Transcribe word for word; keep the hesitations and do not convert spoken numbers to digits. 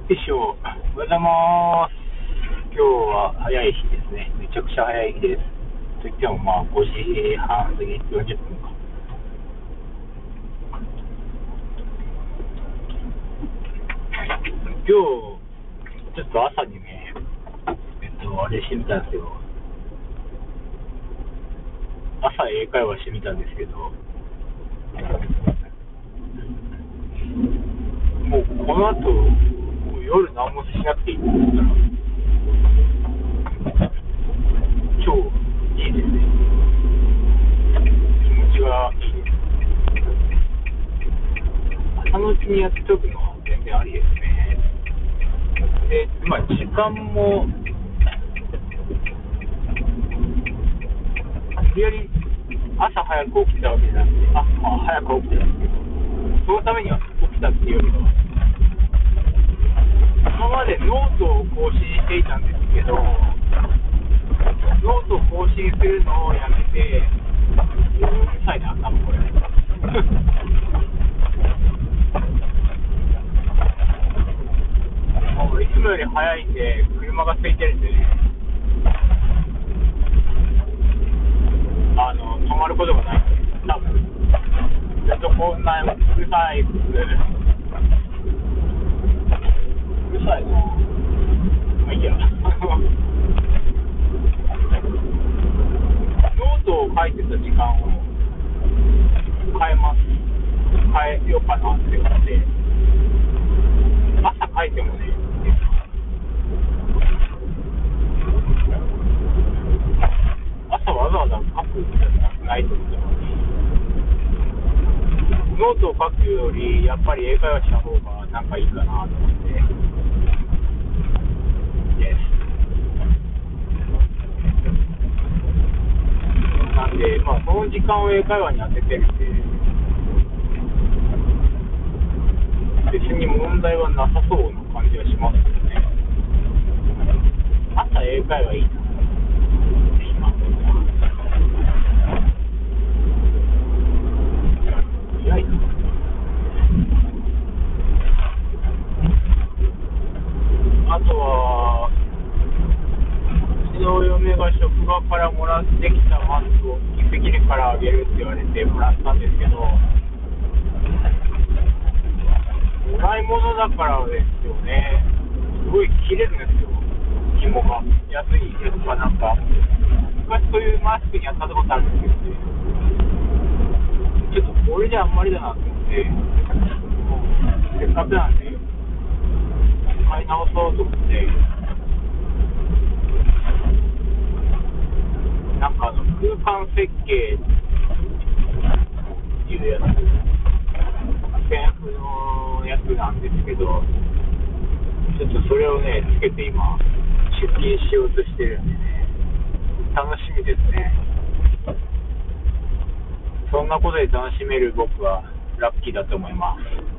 よいしょ。おはようございます。今日は早い日ですね。めちゃくちゃ早い日です。といってもまあごじはん過ぎ、よんじゅっぷんか。今日、ちょっと朝にね、えっと、あれしてみたんですよ。朝英会話してみたんですけど、もうこの後、もう夜何もしなくていいって言ったら、超いいですね。気持ちがいいです。朝のうちにやっておくのは全然ありですね。で、まあ時間も、無理やり朝早く起きたわけじゃなくて、あ、まあ早く起きたんですけど、そのためには起きたっていうよりは、今までノートを更新していたんですけど、ノートを更新するのをやめて、うるさいな、多分これ。もういつもより早いんで、車が空いてるんでね、あの、止まることがないんで、多分、ずっとこんなうるさい、うるさいな。まあいいや。ノートを書いてた時間を変えます。変えようかなって思って、朝書いてもね、朝わざわざ書く必要ないと思ってます。ノートを書くより、やっぱり英会話した方がなんかいいかなと思ってです。なんで、まあ、その時間を英会話に当ててるんで、別に問題はなさそうな感じはしますけどね。朝英会話いいな。今。早いな。あとは、うちの嫁が職場からもらってきたマスクを一石にからあげるって言われてもらったんですけど、もらい物だからですよね。すごい切れるんですよ、紐が。安いやつかなんか。昔そういうマスクにやったことあるんですけどね。ちょっとこれじゃあんまりだなと思って、もうせっかくなんで、買い直そうと思って、なんかあの空間設計っていうやつ、制服のやつなんですけど、ちょっとそれをね、つけて今、出勤しようとしてるんでね、楽しみですね。そんなことで楽しめる僕はラッキーだと思います。